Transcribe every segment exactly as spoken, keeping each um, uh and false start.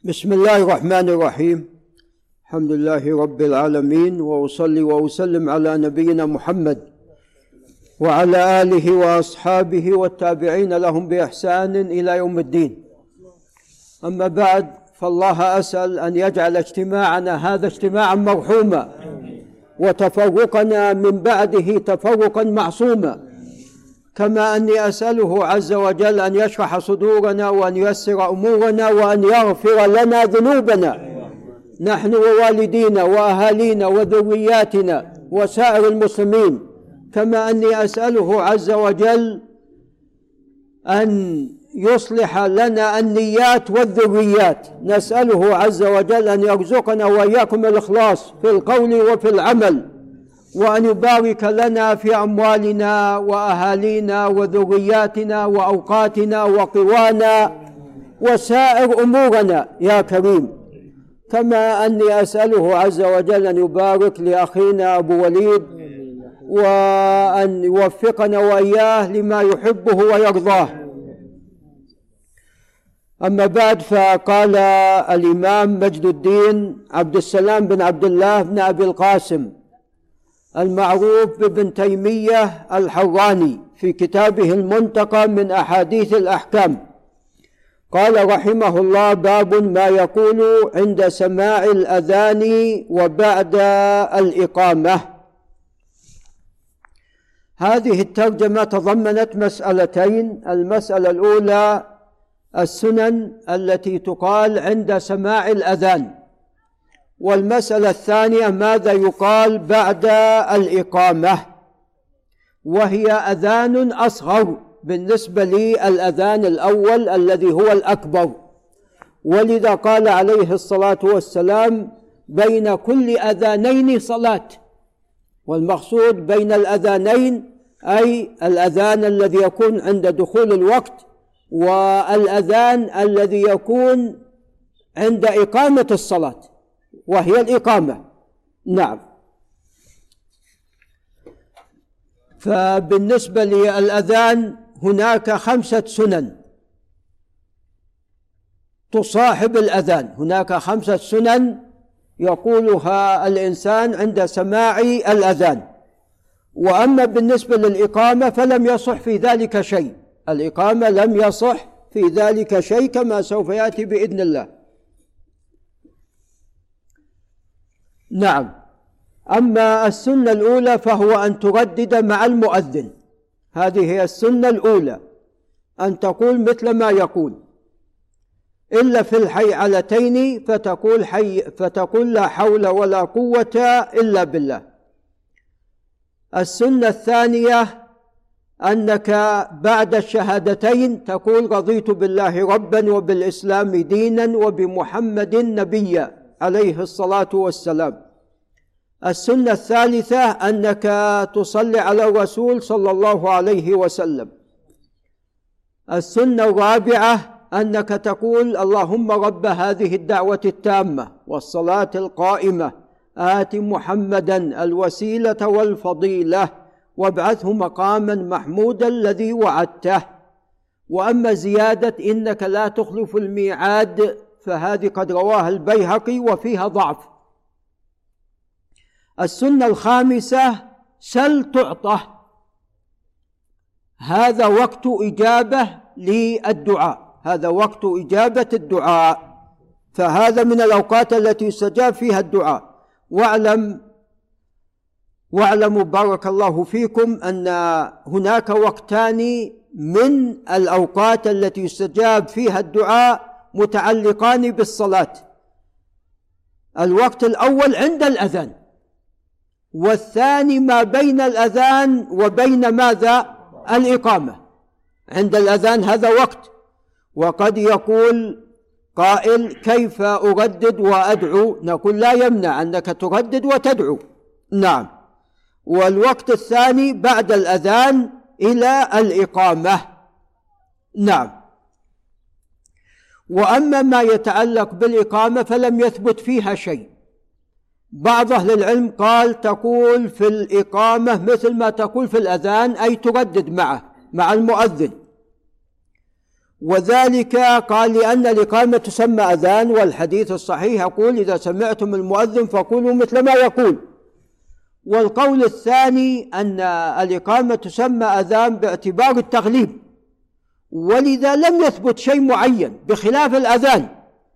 بسم الله الرحمن الرحيم. الحمد لله رب العالمين، وأصلي وأسلم على نبينا محمد وعلى آله وأصحابه والتابعين لهم بإحسان إلى يوم الدين. أما بعد، فالله أسأل أن يجعل اجتماعنا هذا اجتماعا مرحوما، وتفرقنا من بعده تفرقا معصوما، كما أني أسأله عز وجل أن يشرح صدورنا وأن ييسر أمورنا وأن يغفر لنا ذنوبنا نحن ووالدينا وأهالينا وذرياتنا وسائر المسلمين، كما أني أسأله عز وجل أن يصلح لنا النيات والذريات. نسأله عز وجل أن يرزقنا وإياكم الإخلاص في القول وفي العمل، وأن يبارك لنا في أموالنا وأهالينا وذرياتنا وأوقاتنا وقوانا وسائر أمورنا يا كريم. كما أني أسأله عز وجل أن يبارك لأخينا أبو وليد، وأن يوفقنا وإياه لما يحبه ويرضاه. أما بعد، فقال الإمام مجد الدين عبد السلام بن عبد الله بن أبي القاسم المعروف بابن تيمية الحراني في كتابه المنتقى من أحاديث الأحكام، قال رحمه الله: باب ما يقول عند سماع الأذان وبعد الإقامة. هذه الترجمة تضمنت مسألتين: المسألة الأولى السنن التي تقال عند سماع الأذان، والمسألة الثانية ماذا يقال بعد الإقامة، وهي أذان أصغر بالنسبة للأذان الأول الذي هو الأكبر، ولذا قال عليه الصلاة والسلام: بين كل أذانين صلاة. والمقصود بين الأذانين أي الأذان الذي يكون عند دخول الوقت، والأذان الذي يكون عند إقامة الصلاة وهي الإقامة. نعم. فبالنسبة للأذان هناك خمسة سنن تصاحب الأذان، هناك خمسة سنن يقولها الإنسان عند سماع الأذان. وأما بالنسبة للإقامة فلم يصح في ذلك شيء، الإقامة لم يصح في ذلك شيء كما سوف يأتي بإذن الله. نعم. أما السنة الأولى فهو أن تردد مع المؤذن، هذه هي السنة الأولى، أن تقول مثل ما يقول، إلا في الحيعلتين فتقول, حي فتقول لا حول ولا قوة إلا بالله. السنة الثانية أنك بعد الشهادتين تقول: رضيت بالله ربا وبالإسلام دينا وبمحمد نبيا عليه الصلاة والسلام. السنة الثالثة أنك تصلي على الرسول صلى الله عليه وسلم. السنة الرابعة أنك تقول: اللهم رب هذه الدعوة التامة والصلاة القائمة آت محمدا الوسيلة والفضيلة وابعثه مقاما محمودا الذي وعدته. وأما زيادة إنك لا تخلف الميعاد فهذه قد رواها البيهقي وفيها ضعف. السنة الخامسة: سل تعطى، هذا وقت إجابة للدعاء، هذا وقت إجابة الدعاء، فهذا من الأوقات التي يستجاب فيها الدعاء. واعلم واعلموا بارك الله فيكم أن هناك وقتان من الأوقات التي يستجاب فيها الدعاء متعلقان بالصلاة. الوقت الأول عند الأذان، والثاني ما بين الأذان وبين ماذا؟ الإقامة. عند الأذان هذا وقت، وقد يقول قائل: كيف أردد وأدعو؟ نقول: لا يمنع أنك تردد وتدعو. نعم. والوقت الثاني بعد الأذان إلى الإقامة. نعم. وأما ما يتعلق بالإقامة فلم يثبت فيها شيء. بعض أهل العلم قال تقول في الإقامة مثل ما تقول في الأذان، أي تردد معه مع المؤذن. وذلك قال لأن الإقامة تسمى أذان، والحديث الصحيح يقول إذا سمعتم المؤذن فقولوا مثل ما يقول. والقول الثاني أن الإقامة تسمى أذان باعتبار التغليب، ولذا لم يثبت شيء معين بخلاف الأذان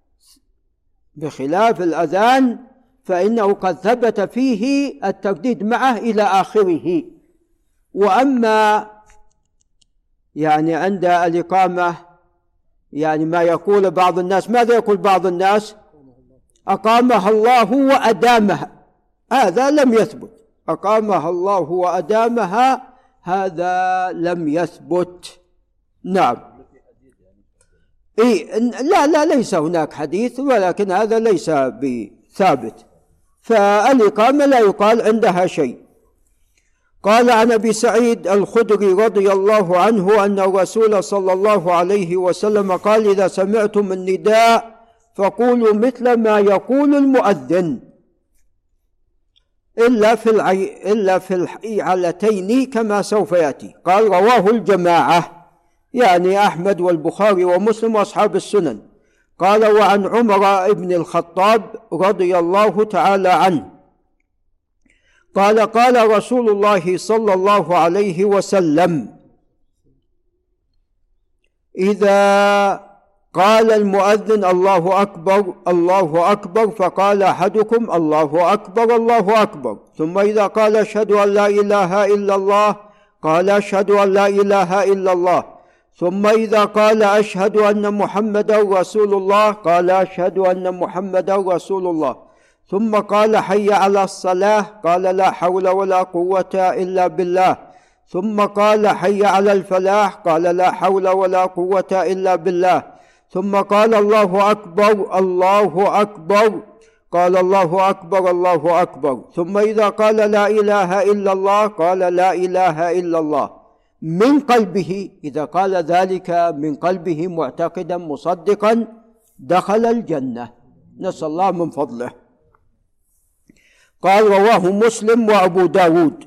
بخلاف الأذان فإنه قد ثبت فيه الترديد معه إلى آخره. وأما يعني عند الإقامة يعني ما يقول بعض الناس، ماذا يقول بعض الناس؟ أقامها الله وأدامها، هذا لم يثبت. أقامها الله وأدامها هذا لم يثبت. نعم. إيه لا لا ليس هناك حديث، ولكن هذا ليس بثابت. فالإقامة لا يقال عندها شيء. قال عن أبي سعيد الخدري رضي الله عنه أن الرسول صلى الله عليه وسلم قال إذا سمعتم النداء فقولوا مثل ما يقول المؤذن إلا في العي... إلا في الحيعلتين كما سوف يأتي. قال رواه الجماعة، يعني أحمد والبخاري ومسلم وأصحاب السنن. قال وعن عمر بن الخطاب رضي الله تعالى عنه قال قال رسول الله صلى الله عليه وسلم إذا قال المؤذن الله أكبر الله أكبر فقال أحدكم الله أكبر الله أكبر، ثم إذا قال أشهد أن لا إله إلا الله قال أشهد أن لا إله إلا الله، ثم إذا قال أشهد أن محمدا رسول الله قال أشهد أن محمدا رسول الله، ثم قال حي على الصلاة قال لا حول ولا قوة إلا بالله، ثم قال حي على الفلاح قال لا حول ولا قوة إلا بالله، ثم قال الله أكبر الله أكبر قال الله أكبر الله أكبر، ثم إذا قال لا إله إلا الله قال لا إله إلا الله من قلبه، إذا قال ذلك من قلبه معتقدا مصدقا دخل الجنة، نسأل الله من فضله. قال رواه مسلم وأبو داود.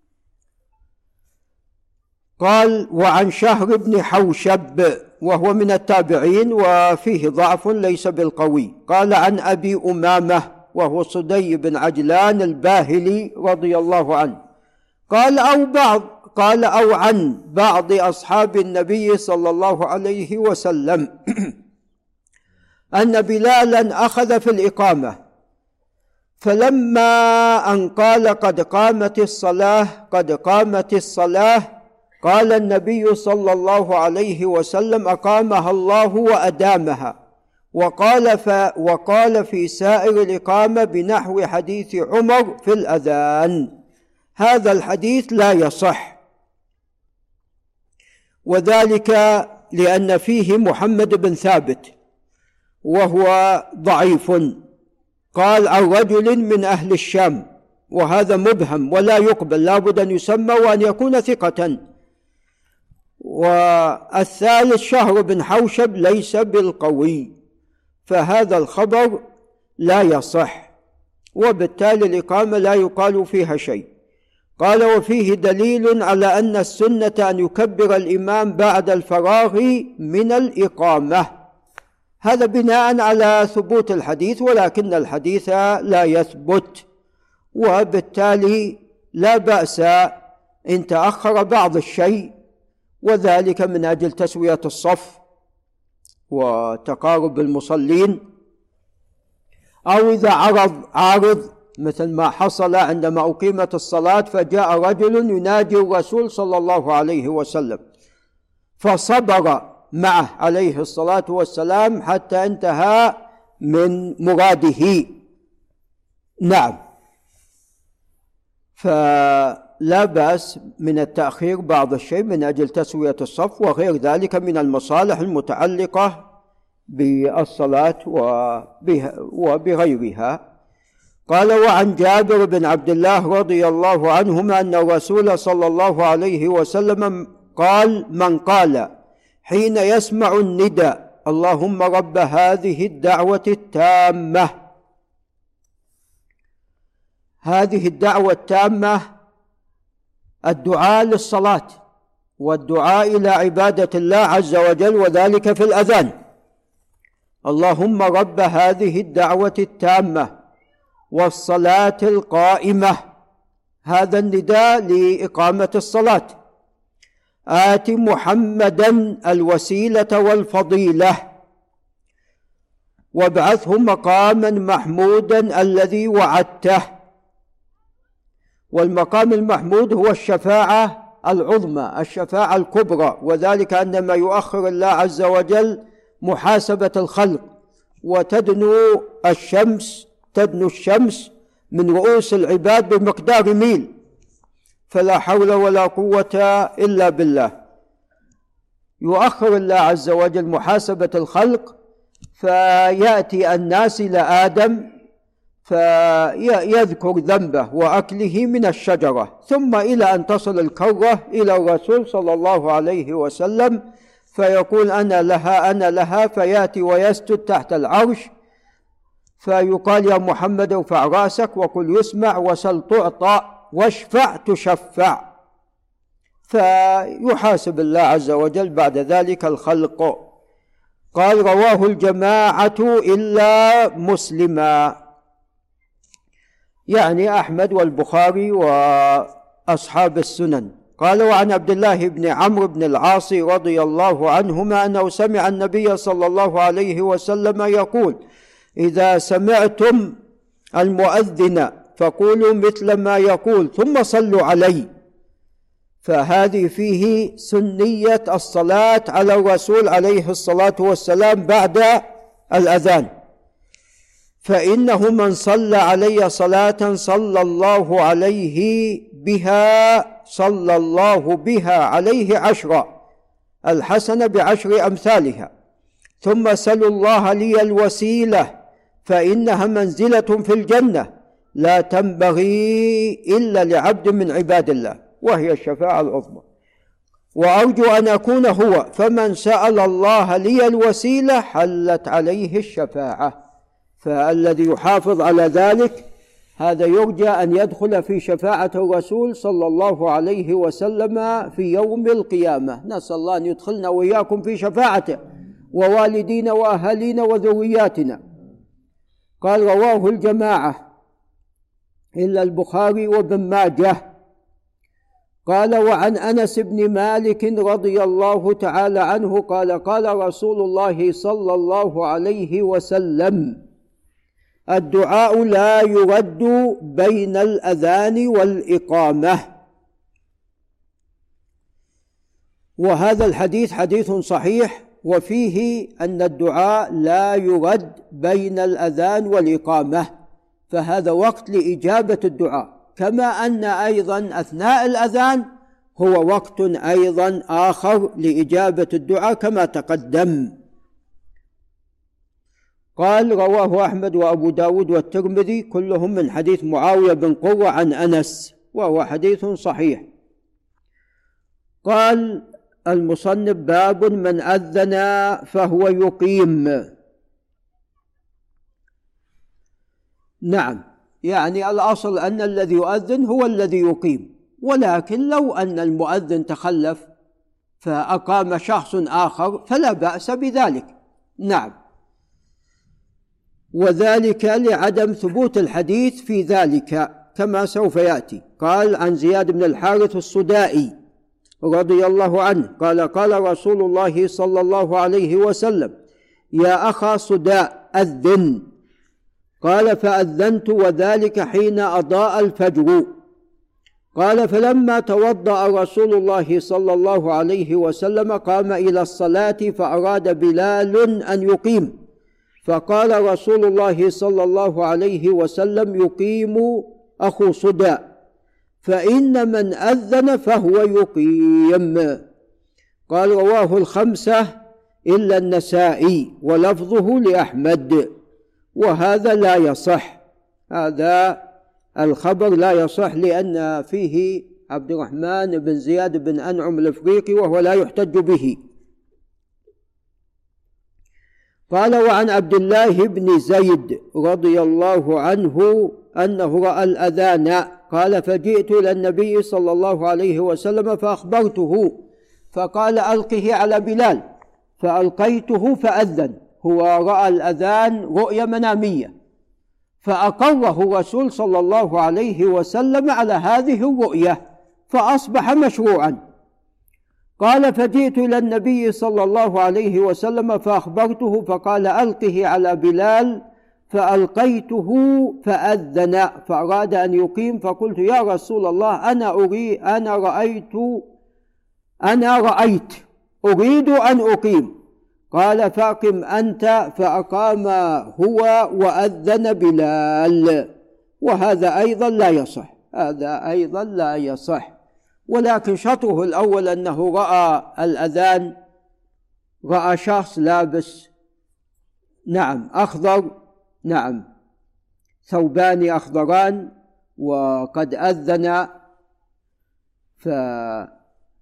قال وعن شهر بن حوشب وهو من التابعين وفيه ضعف ليس بالقوي. قال عن أبي أمامة وهو صدي بن عجلان الباهلي رضي الله عنه قال أو بعض قال أو عن بعض أصحاب النبي صلى الله عليه وسلم أن بلالا أخذ في الإقامة، فلما أن قال قد قامت الصلاة قد قامت الصلاة قال النبي صلى الله عليه وسلم أقامها الله وأدامها، وقال, ف وقال في سائر الإقامة بنحو حديث عمر في الأذان. هذا الحديث لا يصح، وذلك لأن فيه محمد بن ثابت وهو ضعيف، قال عن رجل من أهل الشام، وهذا مبهم ولا يقبل، لا بد أن يسمى وأن يكون ثقة. والثالث شهر بن حوشب ليس بالقوي، فهذا الخبر لا يصح، وبالتالي الإقامة لا يقال فيها شيء. قال وفيه دليل على أن السنة أن يكبر الإمام بعد الفراغ من الإقامة، هذا بناء على ثبوت الحديث، ولكن الحديث لا يثبت، وبالتالي لا بأس إن تأخر بعض الشيء، وذلك من أجل تسوية الصف وتقارب المصلين، أو إذا عرض عارض مثل ما حصل عندما أقيمت الصلاة فجاء رجل ينادي الرسول صلى الله عليه وسلم فصبر معه عليه الصلاة والسلام حتى انتهى من مراده. نعم، فلا بأس من التأخير بعض الشيء من أجل تسوية الصف وغير ذلك من المصالح المتعلقة بالصلاة وبغيرها. قال وعن جابر بن عبد الله رضي الله عنهما أن الرسول صلى الله عليه وسلم قال من قال حين يسمع النداء اللهم رب هذه الدعوة التامة، هذه الدعوة التامة الدعاء للصلاة والدعاء إلى عبادة الله عز وجل، وذلك في الأذان. اللهم رب هذه الدعوة التامة والصلاة القائمة، هذا النداء لإقامة الصلاة. آت محمدا الوسيلة والفضيلة وابعثه مقاما محمودا الذي وعدته. والمقام المحمود هو الشفاعة العظمى، الشفاعة الكبرى، وذلك عندما يؤخر الله عز وجل محاسبة الخلق، وتدنو الشمس تدنو الشمس من رؤوس العباد بمقدار ميل، فلا حول ولا قوة إلا بالله. يؤخر الله عز وجل محاسبة الخلق، فيأتي الناس إلى آدم فيذكر ذنبه وأكله من الشجرة، ثم إلى أن تصل الكرة إلى الرسول صلى الله عليه وسلم فيقول أنا لها أنا لها، فيأتي ويسجد تحت العرش، فيقال يا محمد ارفع رأسك وقل يسمع وسل تعطى واشفع تشفع، فيحاسب الله عز وجل بعد ذلك الخلق. قال رواه الجماعة إلا مسلما، يعني أحمد والبخاري وأصحاب السنن. قال وعن عبد الله بن عمرو بن العاص رضي الله عنهما أنه سمع النبي صلى الله عليه وسلم يقول إذا سمعتم المؤذن فقولوا مثل ما يقول ثم صلوا علي. فهذه فيه سنية الصلاة على الرسول عليه الصلاة والسلام بعد الأذان، فإنه من صلى علي صلاة صلى الله عليه بها صلى الله بها عليه عشرا، الحسنة بعشر أمثالها. ثم سلوا الله لي الوسيلة فإنها منزلة في الجنة لا تنبغي إلا لعبد من عباد الله، وهي الشفاعة العظمى. وأرجو أن أكون هو، فمن سأل الله لي الوسيلة حلت عليه الشفاعة. فالذي يحافظ على ذلك هذا يرجى أن يدخل في شفاعة الرسول صلى الله عليه وسلم في يوم القيامة. نسأل الله أن يدخلنا وإياكم في شفاعته، ووالدينا وأهالينا وذرياتنا. قال رواه الجماعة إلا البخاري وابن ماجه. قال وعن أنس بن مالك رضي الله تعالى عنه قال قال رسول الله صلى الله عليه وسلم الدعاء لا يرد بين الأذان والإقامة. وهذا الحديث حديث صحيح، وفيه أن الدعاء لا يرد بين الأذان والإقامة، فهذا وقت لإجابة الدعاء، كما أن أيضا أثناء الأذان هو وقت أيضا آخر لإجابة الدعاء كما تقدم. قال رواه أحمد وأبو داود والترمذي كلهم من حديث معاوية بن قرة عن أنس، وهو حديث صحيح. قال المصنف باب من أذن فهو يقيم. نعم، يعني الأصل أن الذي يؤذن هو الذي يقيم، ولكن لو أن المؤذن تخلف فأقام شخص آخر فلا بأس بذلك. نعم، وذلك لعدم ثبوت الحديث في ذلك كما سوف يأتي. قال عن زياد بن الحارث الصدائي رضي الله عنه قال قال رسول الله صلى الله عليه وسلم يا أخا صداء أذن. قال فأذنت وذلك حين أضاء الفجر. قال فلما توضأ رسول الله صلى الله عليه وسلم قام إلى الصلاة فأراد بلال أن يقيم، فقال رسول الله صلى الله عليه وسلم يقيم أخو صداء، فإن من أذن فهو يقيم. قال رواه الخمسة إلا النسائي ولفظه لأحمد، وهذا لا يصح، هذا الخبر لا يصح لأن فيه عبد الرحمن بن زياد بن أنعم الإفريقي وهو لا يحتج به. قال وعن عبد الله بن زيد رضي الله عنه أنه رأى الأذان قال فجئت إلى النبي صلى الله عليه وسلم فأخبرته فقال ألقه على بلال، فألقيته فأذن. هو رأى الأذان رؤية منامية، فأقره الرسول صلى الله عليه وسلم على هذه الرؤية، فأصبح مشروعا. قال فجئت إلى النبي صلى الله عليه وسلم فأخبرته، فقال ألقه على بلال، فألقيته فأذن، فأراد أن يقيم، فقلت يا رسول الله أنا أريد أنا رأيت أنا رأيت أريد أن أقيم. قال فأقم أنت، فأقام هو وأذن بلال. وهذا أيضا لا يصح، هذا أيضا لا يصح. ولكن شطره الأول أنه رأى الأذان، رأى شخص لابس نعم أخضر، نعم ثوبان أخضران، وقد أذن، فأخبر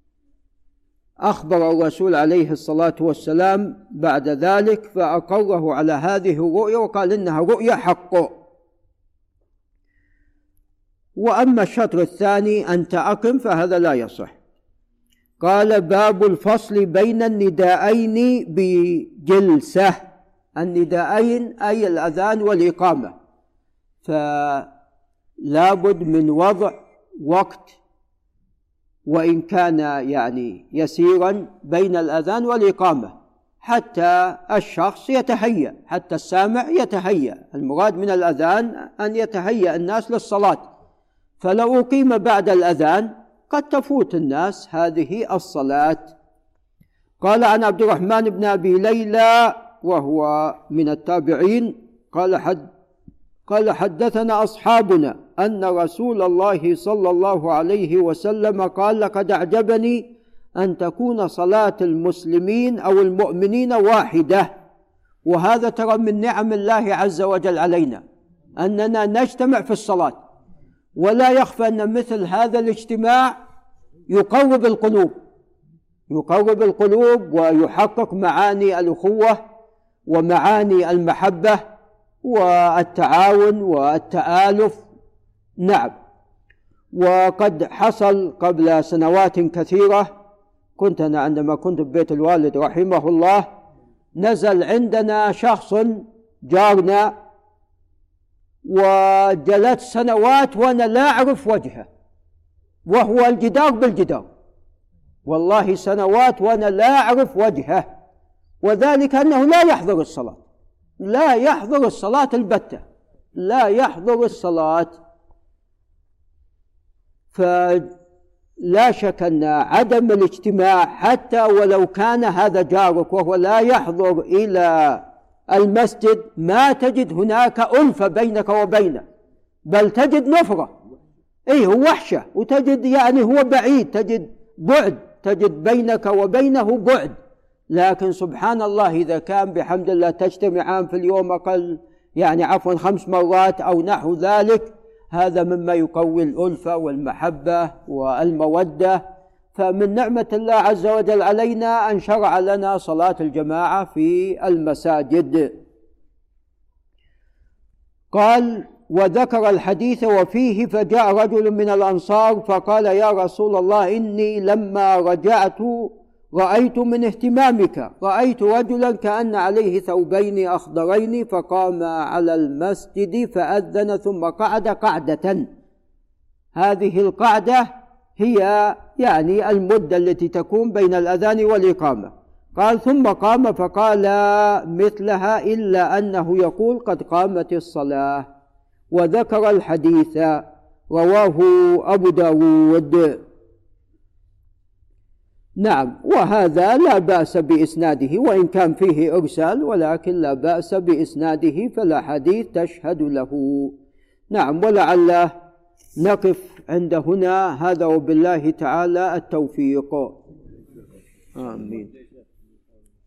الرسول عليه الصلاة والسلام بعد ذلك، فأقره على هذه الرؤيا وقال إنها رؤيا حق. وأما الشطر الثاني أنت أقم، فهذا لا يصح. قال باب الفصل بين النداءين بجلسة. النداءين أي الأذان والإقامة، فلا بد من وضع وقت وإن كان يعني يسيرا بين الأذان والإقامة، حتى الشخص يتهيأ، حتى السامع يتهيأ. المراد من الأذان أن يتهيأ الناس للصلاة، فلو أقيم بعد الأذان قد تفوت الناس هذه الصلاة. قال عن عبد الرحمن بن أبي ليلى وهو من التابعين قال حد قال حدثنا أصحابنا أن رسول الله صلى الله عليه وسلم قال لقد أعجبني أن تكون صلاة المسلمين أو المؤمنين واحدة. وهذا ترى من نعم الله عز وجل علينا أننا نجتمع في الصلاة، ولا يخفى أن مثل هذا الاجتماع يقرب القلوب يقرب القلوب ويحقق معاني الأخوة ومعاني المحبة والتعاون والتآلف. نعم. وقد حصل قبل سنوات كثيرة، كنت أنا عندما كنت ببيت الوالد رحمه الله، نزل عندنا شخص جارنا وجلت سنوات وأنا لا أعرف وجهه، وهو الجدار بالجدار، والله سنوات وأنا لا أعرف وجهه، وذلك أنه لا يحضر الصلاة لا يحضر الصلاة البتة لا يحضر الصلاة. فلا شك أن عدم الاجتماع حتى ولو كان هذا جارك وهو لا يحضر إلى المسجد، ما تجد هناك ألفة بينك وبينه، بل تجد نفرة، إيه هو وحشة، وتجد يعني هو بعيد، تجد بعد، تجد بينك وبينه بعد. لكن سبحان الله إذا كان بحمد الله تجتمعان في اليوم أقل يعني عفوا خمس مرات أو نحو ذلك، هذا مما يقوي الألفة والمحبة والمودة. فمن نعمة الله عز وجل علينا أن شرع لنا صلاة الجماعة في المساجد. قال وذكر الحديث وفيه فجاء رجل من الأنصار فقال يا رسول الله إني لما رجعت رأيت من اهتمامك رأيت رجلا كأن عليه ثوبين أخضرين فقام على المسجد فأذن ثم قعد قعدة. هذه القعدة هي يعني المدة التي تكون بين الأذان والإقامة. قال ثم قام فقال مثلها إلا أنه يقول قد قامت الصلاة. وذكر الحديث رواه أبو داود. نعم. وهذا لا بأس بإسناده وإن كان فيه إرسال، ولكن لا بأس بإسناده، فالأحاديث تشهد له. نعم. ولعل نقف عند هنا، هذا وبالله تعالى التوفيق. آمين.